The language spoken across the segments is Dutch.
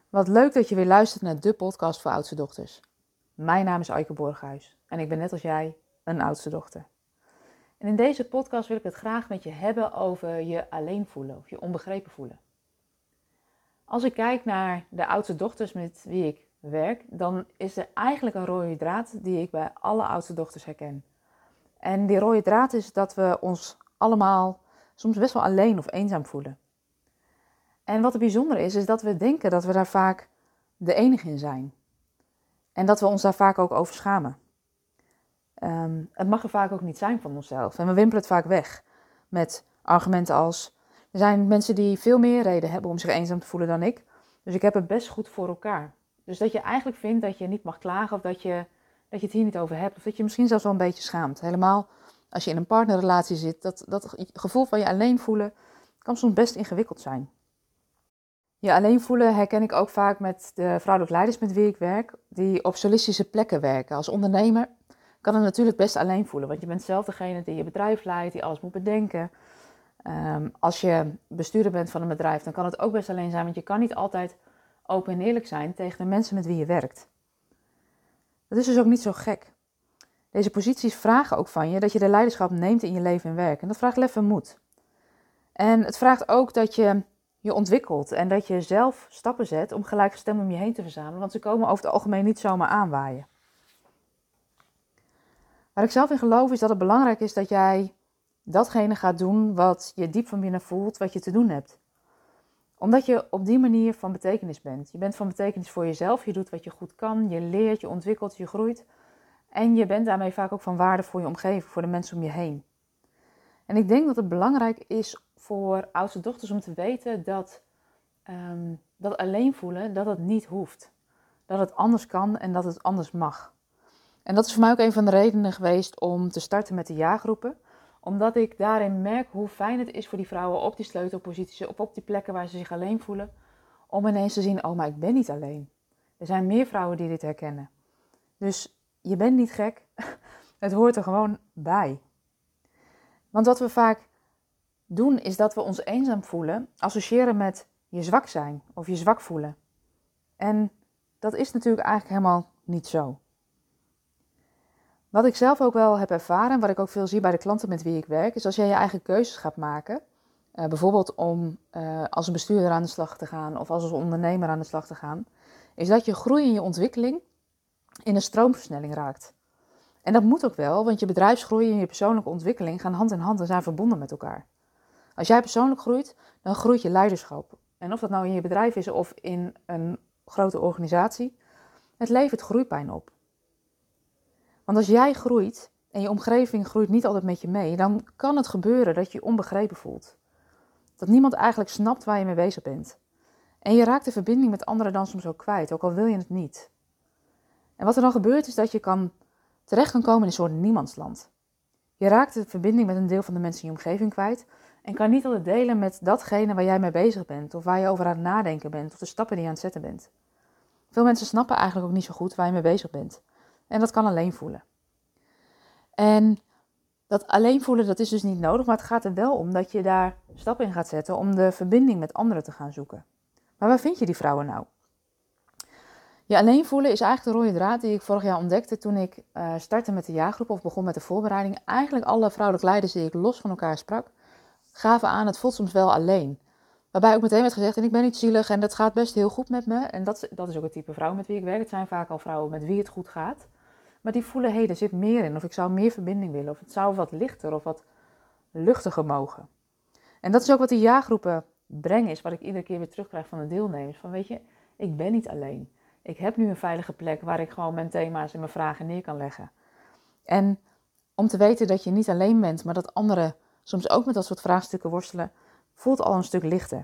Wat leuk dat je weer luistert naar de podcast voor oudste dochters. Mijn naam is Aike Borghuis en ik ben net als jij een oudste dochter. En in deze podcast wil ik het graag met je hebben over je alleen voelen of je onbegrepen voelen. Als ik kijk naar de oudste dochters met wie ik werk, dan is er eigenlijk een rode draad die ik bij alle oudste dochters herken. En die rode draad is dat we ons allemaal soms best wel alleen of eenzaam voelen. En wat er bijzonder is dat we denken dat we daar vaak de enige in zijn. En dat we ons daar vaak ook over schamen. Het mag er vaak ook niet zijn van onszelf. En we wimpelen het vaak weg met argumenten als: er zijn mensen die veel meer reden hebben om zich eenzaam te voelen dan ik. Dus ik heb het best goed voor elkaar. Dus dat je eigenlijk vindt dat je niet mag klagen of dat je het hier niet over hebt. Of dat je misschien zelfs wel een beetje schaamt. Helemaal als je in een partnerrelatie zit. Dat gevoel van je alleen voelen kan soms best ingewikkeld zijn. Je alleen voelen herken ik ook vaak met de vrouwelijke leiders met wie ik werk, die op solistische plekken werken. Als ondernemer kan het natuurlijk best alleen voelen, want je bent zelf degene die je bedrijf leidt, die alles moet bedenken. Als je bestuurder bent van een bedrijf, dan kan het ook best alleen zijn, want je kan niet altijd open en eerlijk zijn tegen de mensen met wie je werkt. Dat is dus ook niet zo gek. Deze posities vragen ook van je dat je de leiderschap neemt in je leven en werk. En dat vraagt lef en moed. En het vraagt ook dat je ontwikkelt en dat je zelf stappen zet om gelijkgestemden om je heen te verzamelen, want ze komen over het algemeen niet zomaar aanwaaien. Waar ik zelf in geloof is dat het belangrijk is dat jij datgene gaat doen wat je diep van binnen voelt, wat je te doen hebt. Omdat je op die manier van betekenis bent. Je bent van betekenis voor jezelf, je doet wat je goed kan, je leert, je ontwikkelt, je groeit. En je bent daarmee vaak ook van waarde voor je omgeving, voor de mensen om je heen. En ik denk dat het belangrijk is voor oudste dochters om te weten dat alleen voelen, dat het niet hoeft. Dat het anders kan en dat het anders mag. En dat is voor mij ook een van de redenen geweest om te starten met de jaargroepen. Omdat ik daarin merk hoe fijn het is voor die vrouwen op die sleutelposities, op die plekken waar ze zich alleen voelen, om ineens te zien: oh, maar ik ben niet alleen. Er zijn meer vrouwen die dit herkennen. Dus je bent niet gek. Het hoort er gewoon bij. Want wat we vaak doen is dat we ons eenzaam voelen, associëren met je zwak zijn of je zwak voelen. En dat is natuurlijk eigenlijk helemaal niet zo. Wat ik zelf ook wel heb ervaren, en wat ik ook veel zie bij de klanten met wie ik werk, is als jij je eigen keuzes gaat maken, bijvoorbeeld om als een bestuurder aan de slag te gaan of als een ondernemer aan de slag te gaan, is dat je groei en je ontwikkeling in een stroomversnelling raakt. En dat moet ook wel, want je bedrijfsgroei en je persoonlijke ontwikkeling gaan hand in hand en zijn verbonden met elkaar. Als jij persoonlijk groeit, dan groeit je leiderschap. En of dat nou in je bedrijf is of in een grote organisatie, het levert groeipijn op. Want als jij groeit en je omgeving groeit niet altijd met je mee, dan kan het gebeuren dat je je onbegrepen voelt. Dat niemand eigenlijk snapt waar je mee bezig bent. En je raakt de verbinding met anderen dan soms ook kwijt, ook al wil je het niet. En wat er dan gebeurt is dat je terecht kan komen in een soort niemandsland. Je raakt de verbinding met een deel van de mensen in je omgeving kwijt en kan niet altijd delen met datgene waar jij mee bezig bent of waar je over aan het nadenken bent of de stappen die je aan het zetten bent. Veel mensen snappen eigenlijk ook niet zo goed waar je mee bezig bent. En dat kan alleen voelen. En dat alleen voelen, dat is dus niet nodig, maar het gaat er wel om dat je daar stappen in gaat zetten om de verbinding met anderen te gaan zoeken. Maar waar vind je die vrouwen nou? Je alleen voelen is eigenlijk de rode draad die ik vorig jaar ontdekte toen ik startte met de jaargroep of begon met de voorbereiding. Eigenlijk alle vrouwelijke leiders die ik los van elkaar sprak, gaven aan: het voelt soms wel alleen. Waarbij ook meteen werd gezegd: en ik ben niet zielig en dat gaat best heel goed met me. En dat is ook het type vrouw met wie ik werk. Het zijn vaak al vrouwen met wie het goed gaat. Maar die voelen: hé, er zit meer in. Of ik zou meer verbinding willen. Of het zou wat lichter of wat luchtiger mogen. En dat is ook wat die jaargroepen brengen. Is wat ik iedere keer weer terugkrijg van de deelnemers. Van weet je, ik ben niet alleen. Ik heb nu een veilige plek waar ik gewoon mijn thema's en mijn vragen neer kan leggen. En om te weten dat je niet alleen bent, maar dat anderen soms ook met dat soort vraagstukken worstelen, voelt al een stuk lichter.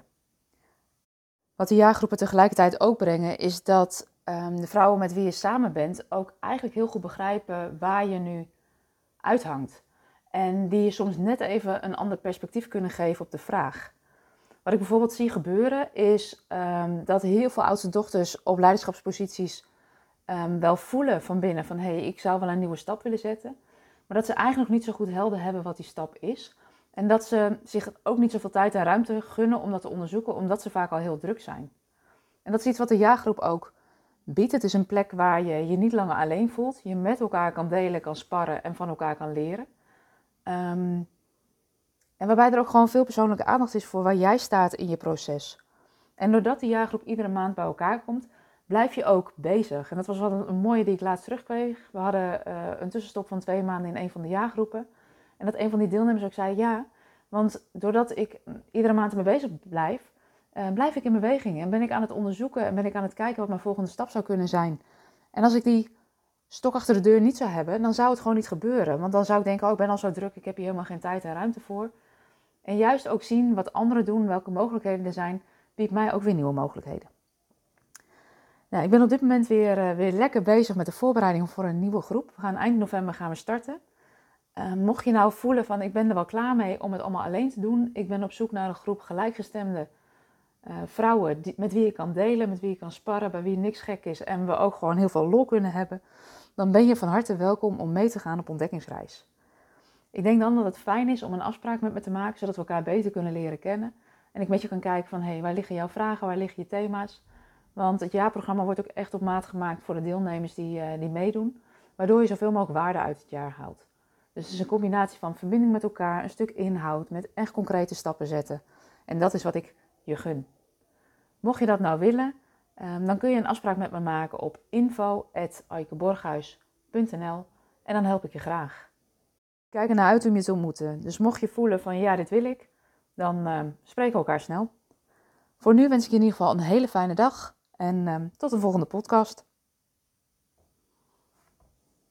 Wat de jaargroepen tegelijkertijd ook brengen, is dat de vrouwen met wie je samen bent ook eigenlijk heel goed begrijpen waar je nu uithangt. En die je soms net even een ander perspectief kunnen geven op de vraag. Wat ik bijvoorbeeld zie gebeuren is dat heel veel oudste dochters op leiderschapsposities wel voelen van binnen van hé, ik zou wel een nieuwe stap willen zetten. Maar dat ze eigenlijk nog niet zo goed helder hebben wat die stap is. En dat ze zich ook niet zoveel tijd en ruimte gunnen om dat te onderzoeken, omdat ze vaak al heel druk zijn. En dat is iets wat de jaargroep ook biedt. Het is een plek waar je je niet langer alleen voelt. Je met elkaar kan delen, kan sparren en van elkaar kan leren. En waarbij er ook gewoon veel persoonlijke aandacht is voor waar jij staat in je proces. En doordat die jaargroep iedere maand bij elkaar komt, blijf je ook bezig. En dat was wel een mooie die ik laatst terugkreeg. We hadden een tussenstop van 2 maanden in een van de jaargroepen. En dat een van die deelnemers ook zei, ja, want doordat ik iedere maand ermee bezig blijf, blijf ik in beweging. En ben ik aan het onderzoeken en ben ik aan het kijken wat mijn volgende stap zou kunnen zijn. En als ik die stok achter de deur niet zou hebben, dan zou het gewoon niet gebeuren. Want dan zou ik denken, ik ben al zo druk, ik heb hier helemaal geen tijd en ruimte voor. En juist ook zien wat anderen doen, welke mogelijkheden er zijn, biedt mij ook weer nieuwe mogelijkheden. Nou, ik ben op dit moment weer lekker bezig met de voorbereiding voor een nieuwe groep. We gaan eind november starten. Mocht je nou voelen van ik ben er wel klaar mee om het allemaal alleen te doen. Ik ben op zoek naar een groep gelijkgestemde vrouwen met wie je kan delen, met wie je kan sparren, bij wie niks gek is en we ook gewoon heel veel lol kunnen hebben. Dan ben je van harte welkom om mee te gaan op ontdekkingsreis. Ik denk dan dat het fijn is om een afspraak met me te maken, zodat we elkaar beter kunnen leren kennen. En ik met je kan kijken van, waar liggen jouw vragen, waar liggen je thema's? Want het jaarprogramma wordt ook echt op maat gemaakt voor de deelnemers die meedoen. Waardoor je zoveel mogelijk waarde uit het jaar haalt. Dus het is een combinatie van verbinding met elkaar, een stuk inhoud, met echt concrete stappen zetten. En dat is wat ik je gun. Mocht je dat nou willen, dan kun je een afspraak met me maken op info@aikeborghuis.nl en dan help ik je graag. Ik kijk ernaar uit om je te ontmoeten. Dus mocht je voelen van ja, dit wil ik, dan spreken we elkaar snel. Voor nu wens ik je in ieder geval een hele fijne dag en tot de volgende podcast.